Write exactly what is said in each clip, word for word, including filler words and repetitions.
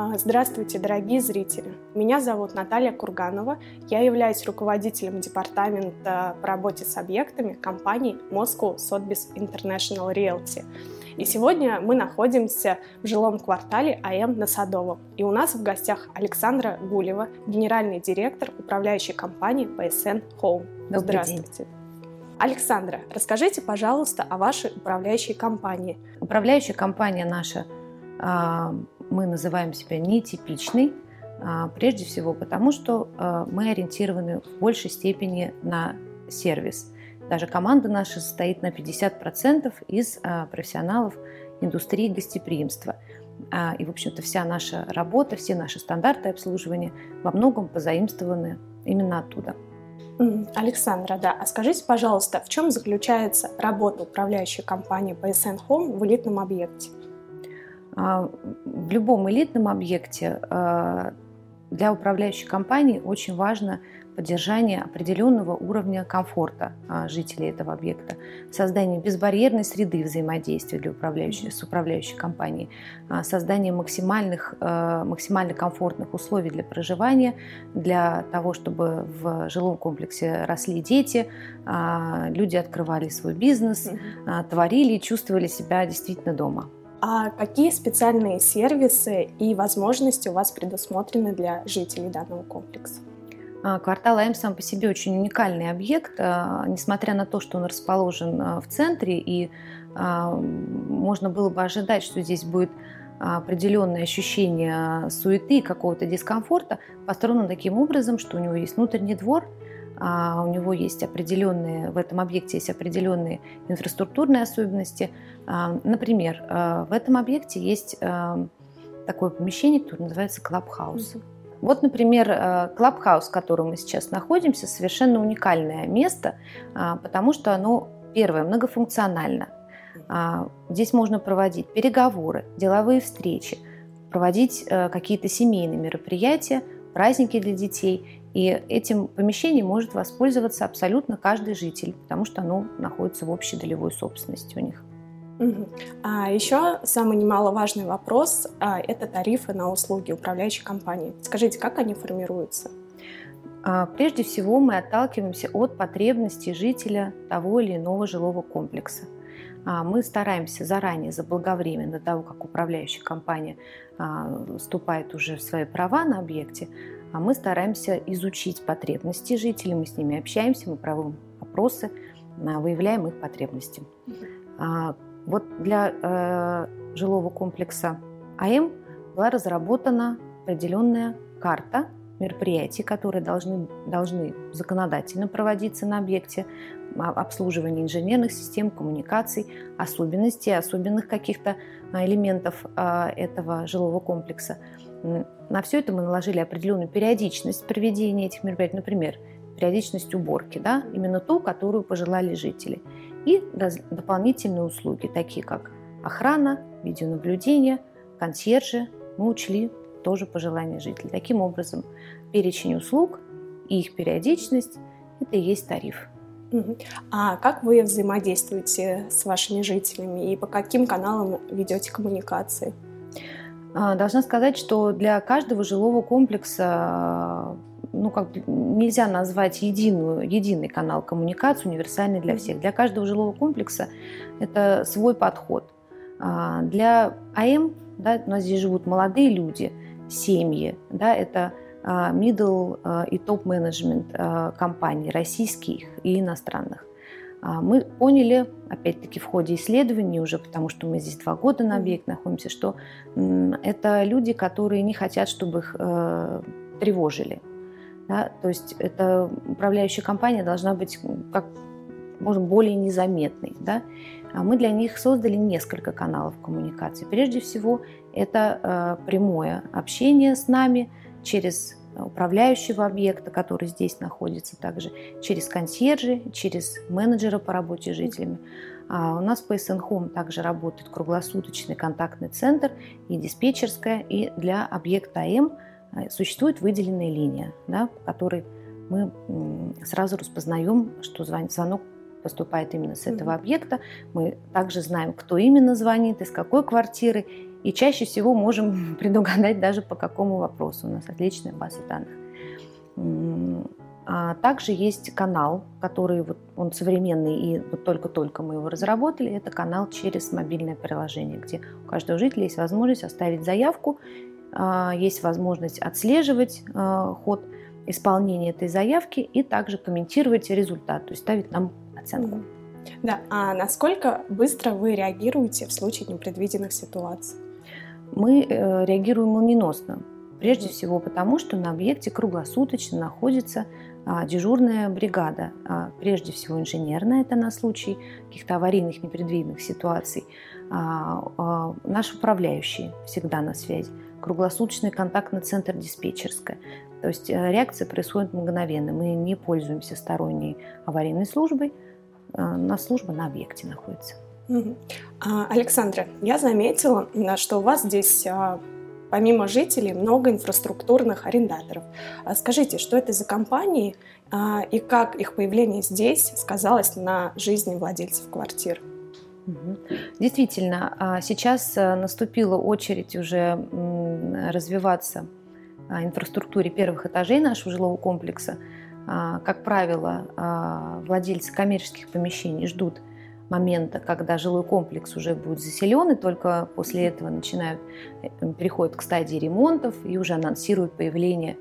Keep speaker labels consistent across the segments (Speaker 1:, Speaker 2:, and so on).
Speaker 1: Здравствуйте, дорогие зрители! Меня зовут Наталья Курганова. Я являюсь руководителем департамента по работе с объектами компании Moscow Sotheby's International Realty. И сегодня мы находимся в жилом квартале АМ на Садовом. И у нас в гостях Александра Гулева, генеральный директор управляющей компании пи эс эн Home.
Speaker 2: Добрый
Speaker 1: Здравствуйте. День. Александра, расскажите, пожалуйста, о вашей управляющей компании.
Speaker 2: Управляющая компания наша, мы называем себя нетипичной, прежде всего потому, что мы ориентированы в большей степени на сервис. Даже команда наша состоит на пятьдесят процентов из профессионалов индустрии гостеприимства. И, в общем-то, вся наша работа, все наши стандарты обслуживания во многом позаимствованы именно оттуда.
Speaker 1: Александра, да, а скажите, пожалуйста, в чем заключается работа управляющей компании пи эс эн Home в элитном объекте?
Speaker 2: В любом элитном объекте для управляющей компании очень важно поддержание определенного уровня комфорта жителей этого объекта, создание безбарьерной среды взаимодействия для управляющей, с управляющей компанией, создание максимальных, максимально комфортных условий для проживания, для того, чтобы в жилом комплексе росли дети, люди открывали свой бизнес, творили и чувствовали себя действительно дома.
Speaker 1: А какие специальные сервисы и возможности у вас предусмотрены для жителей данного комплекса?
Speaker 2: Квартал АМ сам по себе очень уникальный объект, несмотря на то, что он расположен в центре, и можно было бы ожидать, что здесь будет определенное ощущение суеты и какого-то дискомфорта, построен таким образом, что у него есть внутренний двор, у него есть определенные, в этом объекте есть определенные инфраструктурные особенности. Например, в этом объекте есть такое помещение, которое называется клабхаус. Вот, например, клабхаус, в котором мы сейчас находимся, совершенно уникальное место, потому что оно, первое, многофункционально. Здесь можно проводить переговоры, деловые встречи, проводить какие-то семейные мероприятия, праздники для детей. И этим помещением может воспользоваться абсолютно каждый житель, потому что оно находится в общей долевой собственности у них.
Speaker 1: Угу. А еще самый немаловажный вопрос а, – это тарифы на услуги управляющей компании. Скажите, как они формируются?
Speaker 2: Прежде всего мы отталкиваемся от потребностей жителя того или иного жилого комплекса. Мы стараемся заранее, заблаговременно, до того, как управляющая компания вступает уже в свои права на объекте, мы стараемся изучить потребности жителей, мы с ними общаемся, мы проводим опросы, выявляем их потребности. Вот для э, жилого комплекса АМ была разработана определенная карта мероприятий, которые должны, должны законодательно проводиться на объекте, обслуживание инженерных систем, коммуникаций, особенностей, особенных каких-то элементов э, этого жилого комплекса. На все это мы наложили определенную периодичность проведения этих мероприятий, например, периодичность уборки, да, именно ту, которую пожелали жители. И дополнительные услуги, такие как охрана, видеонаблюдение, консьержи, мы учли тоже пожелания жителей. Таким образом, перечень услуг и их периодичность – это и есть тариф.
Speaker 1: А как вы взаимодействуете с вашими жителями и по каким каналам ведете коммуникации?
Speaker 2: Должна сказать, что для каждого жилого комплекса ну, как, нельзя назвать единую, единый канал коммуникации, универсальный для всех. Для каждого жилого комплекса это свой подход. Для АМ, да, у нас здесь живут молодые люди, семьи, да, это middle и топ-менеджмент компаний, российских и иностранных. Мы поняли, опять-таки, в ходе исследований уже, потому что мы здесь два года на объекте находимся, что это люди, которые не хотят, чтобы их э, тревожили. Да? То есть эта управляющая компания должна быть как можно более незаметной. Да? А мы для них создали несколько каналов коммуникации. Прежде всего, это э, прямое общение с нами через управляющего объекта, который здесь находится, также через консьержи, через менеджера по работе с жителями. А у нас в пи эс эн Home также работает круглосуточный контактный центр и диспетчерская, и для объекта АМ существует выделенная линия, да, по которой мы сразу распознаем, что звонок поступает именно с этого объекта. Мы также знаем, кто именно звонит, из какой квартиры, И чаще всего можем предугадать даже по какому вопросу. У нас отличная база данных. А также есть канал, который вот, он современный, и вот только-только мы его разработали. Это канал через мобильное приложение, где у каждого жителя есть возможность оставить заявку, есть возможность отслеживать ход исполнения этой заявки и также комментировать результат, то есть ставить нам оценку.
Speaker 1: Да, а насколько быстро вы реагируете в случае непредвиденных ситуаций?
Speaker 2: Мы реагируем молниеносно. Прежде всего потому, что на объекте круглосуточно находится а, дежурная бригада. А, прежде всего инженерная, это на случай каких-то аварийных непредвиденных ситуаций. А, а, наш управляющий всегда на связи. Круглосуточный контактный центр диспетчерская. То есть а, реакция происходит мгновенно. Мы не пользуемся сторонней аварийной службой. А, у нас служба на объекте находится.
Speaker 1: Угу. А, Александра, я заметила, что у вас здесь... помимо жителей, много инфраструктурных арендаторов. Скажите, что это за компании и как их появление здесь сказалось на жизни владельцев квартир?
Speaker 2: Действительно, сейчас наступила очередь уже развиваться инфраструктуре первых этажей нашего жилого комплекса. Как правило, владельцы коммерческих помещений ждут момента, когда жилой комплекс уже будет заселен, и только после этого начинают, переходят к стадии ремонтов и уже анонсируют появление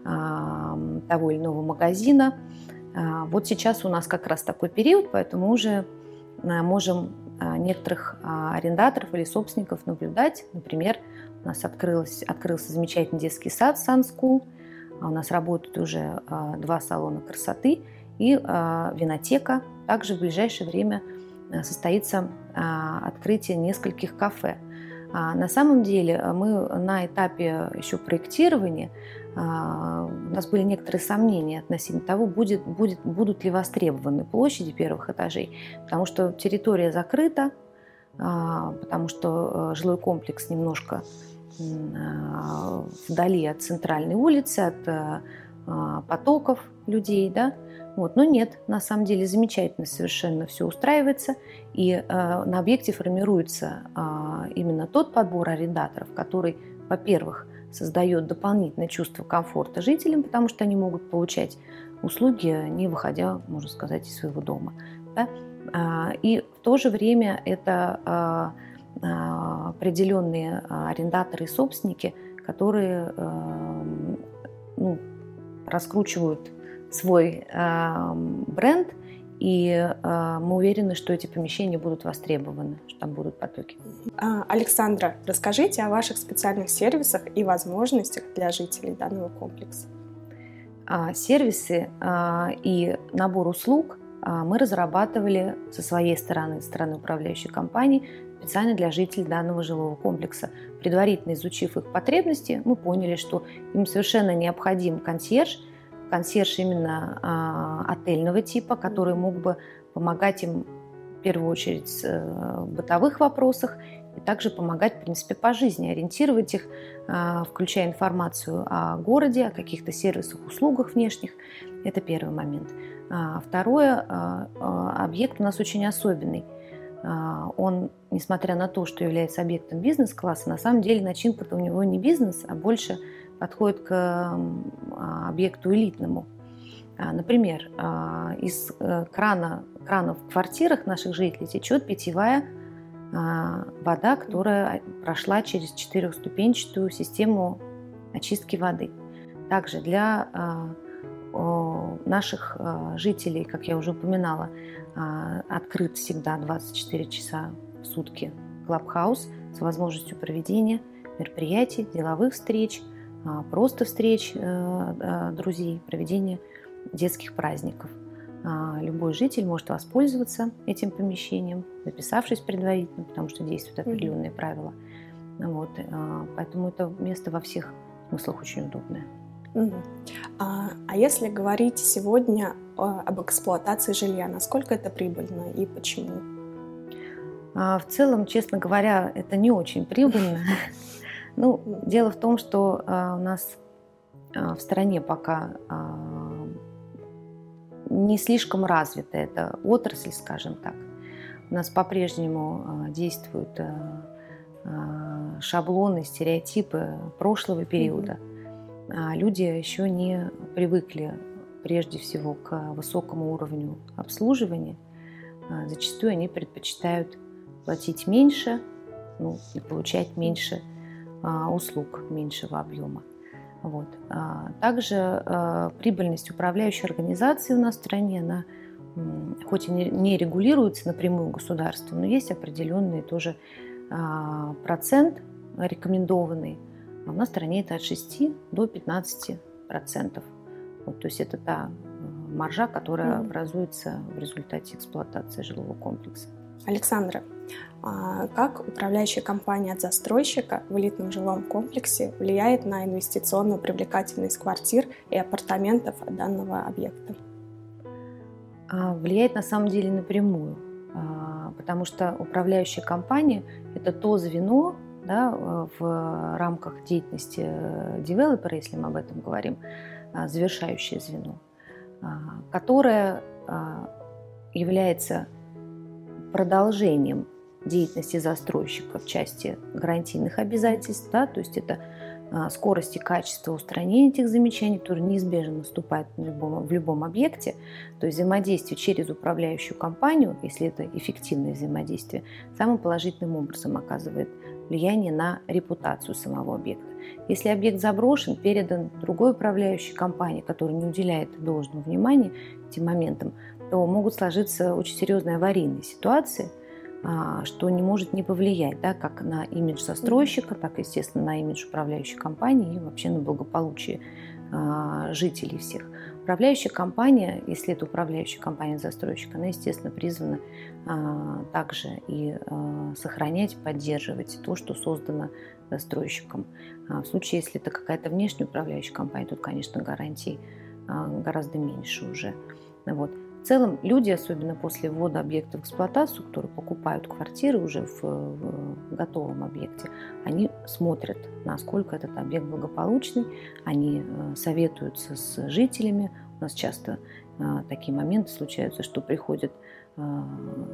Speaker 2: а, того или иного магазина. А, вот сейчас у нас как раз такой период, поэтому уже а, можем а, некоторых а, арендаторов или собственников наблюдать. Например, у нас открылось, открылся замечательный детский сад Sun School, а у нас работают уже а, два салона красоты и а, винотека. Также в ближайшее время состоится а, открытие нескольких кафе. А, на самом деле мы на этапе еще проектирования, а, у нас были некоторые сомнения относительно того, будет, будет, будут ли востребованы площади первых этажей, потому что территория закрыта, а, потому что жилой комплекс немножко а, вдали от центральной улицы, от а, потоков людей, да. Вот. Но нет, на самом деле замечательно совершенно все устраивается, и э, на объекте формируется э, именно тот подбор арендаторов, который, во-первых, создает дополнительное чувство комфорта жителям, потому что они могут получать услуги, не выходя, можно сказать, из своего дома. Да? А, и в то же время это а, а, определенные арендаторы и собственники, которые а, ну, раскручивают свой э, бренд, и э, мы уверены, что эти помещения будут востребованы, что там будут потоки.
Speaker 1: Александра, расскажите о ваших специальных сервисах и возможностях для жителей данного комплекса.
Speaker 2: А, сервисы а, и набор услуг а, мы разрабатывали со своей стороны, со стороны управляющей компании, специально для жителей данного жилого комплекса. Предварительно изучив их потребности, мы поняли, что им совершенно необходим консьерж, консьерж именно а, отельного типа, который мог бы помогать им в первую очередь в бытовых вопросах и также помогать, в принципе, по жизни, ориентировать их, а, включая информацию о городе, о каких-то сервисах, услугах внешних. Это первый момент. А, второе, а, а, объект у нас очень особенный. А, он, несмотря на то, что является объектом бизнес-класса, на самом деле начинка-то у него не бизнес, а больше подходит к объекту элитному. Например, из крана, кранов в квартирах наших жителей течет питьевая вода, которая прошла через четырехступенчатую систему очистки воды. Также для наших жителей, как я уже упоминала, открыт всегда двадцать четыре часа в сутки клабхаус с возможностью проведения мероприятий, деловых встреч, просто встреч друзей, проведения детских праздников. Любой житель может воспользоваться этим помещением, записавшись предварительно, потому что действуют определенные правила. Вот. Поэтому это место во всех смыслах очень удобное.
Speaker 1: А, а если говорить сегодня об эксплуатации жилья, насколько это прибыльно и почему?
Speaker 2: В целом, честно говоря, это не очень прибыльно. Ну, дело в том, что а, у нас а, в стране пока а, не слишком развита эта отрасль, скажем так. У нас по-прежнему а, действуют а, шаблоны, стереотипы прошлого периода. Mm-hmm. Люди еще не привыкли прежде всего к высокому уровню обслуживания. Зачастую они предпочитают платить меньше, ну, и получать меньше услуг, меньшего объема. Вот. Также прибыльность управляющей организации у нас в стране, она хоть и не регулируется напрямую государством, но есть определенный тоже процент рекомендованный. А у нас в стране это от шести до пятнадцати процентов. Вот, то есть это та маржа, которая mm-hmm. образуется в результате эксплуатации жилого комплекса.
Speaker 1: Александра, а как управляющая компания от застройщика в элитном жилом комплексе влияет на инвестиционную привлекательность квартир и апартаментов данного объекта?
Speaker 2: Влияет на самом деле напрямую, потому что управляющая компания – это то звено, да, в рамках деятельности девелопера, если мы об этом говорим, завершающее звено, которое является продолжением деятельности застройщика в части гарантийных обязательств, да, то есть это скорость и качество устранения этих замечаний, которые неизбежно наступают в любом, в любом объекте, то есть взаимодействие через управляющую компанию, если это эффективное взаимодействие, самым положительным образом оказывает влияние на репутацию самого объекта. Если объект заброшен, передан другой управляющей компании, которая не уделяет должного внимания этим моментам, то могут сложиться очень серьезные аварийные ситуации, что не может не повлиять, да, как на имидж застройщика, так, естественно, на имидж управляющей компании и вообще на благополучие а, жителей всех. Управляющая компания, если это управляющая компания застройщика, она, естественно, призвана а, также и а, сохранять, поддерживать то, что создано застройщиком. А в случае, если это какая-то внешняя управляющая компания, тут, конечно, гарантий а, гораздо меньше уже. Вот. В целом люди, особенно после ввода объекта в эксплуатацию, которые покупают квартиры уже в, в готовом объекте, они смотрят, насколько этот объект благополучный, они советуются с жителями. У нас часто а, такие моменты случаются, что приходят а,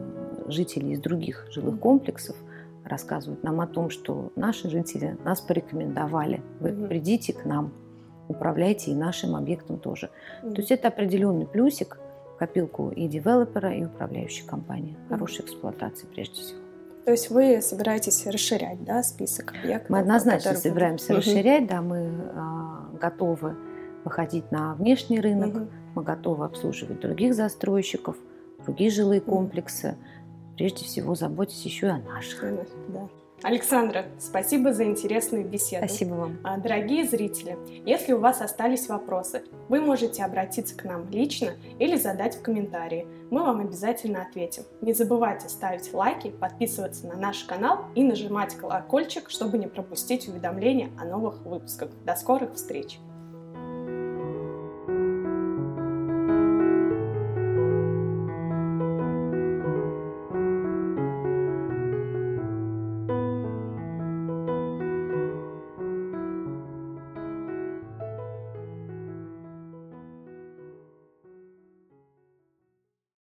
Speaker 2: жители из других жилых комплексов, рассказывают нам о том, что наши жители нас порекомендовали, вы придите к нам, управляйте и нашим объектом тоже. То есть это определенный плюсик, копилку и девелопера, и управляющей компании. Хорошей эксплуатации прежде всего.
Speaker 1: То есть вы собираетесь расширять, да, список объектов?
Speaker 2: Мы однозначно собираемся будут... расширять, да, мы а, готовы выходить на внешний рынок, угу. мы готовы обслуживать других застройщиков, другие жилые комплексы. Прежде всего заботьтесь еще и о наших.
Speaker 1: Да. Александра, спасибо за интересную беседу.
Speaker 2: Спасибо вам.
Speaker 1: Дорогие зрители, если у вас остались вопросы, вы можете обратиться к нам лично или задать в комментарии. Мы вам обязательно ответим. Не забывайте ставить лайки, подписываться на наш канал и нажимать колокольчик, чтобы не пропустить уведомления о новых выпусках. До скорых встреч!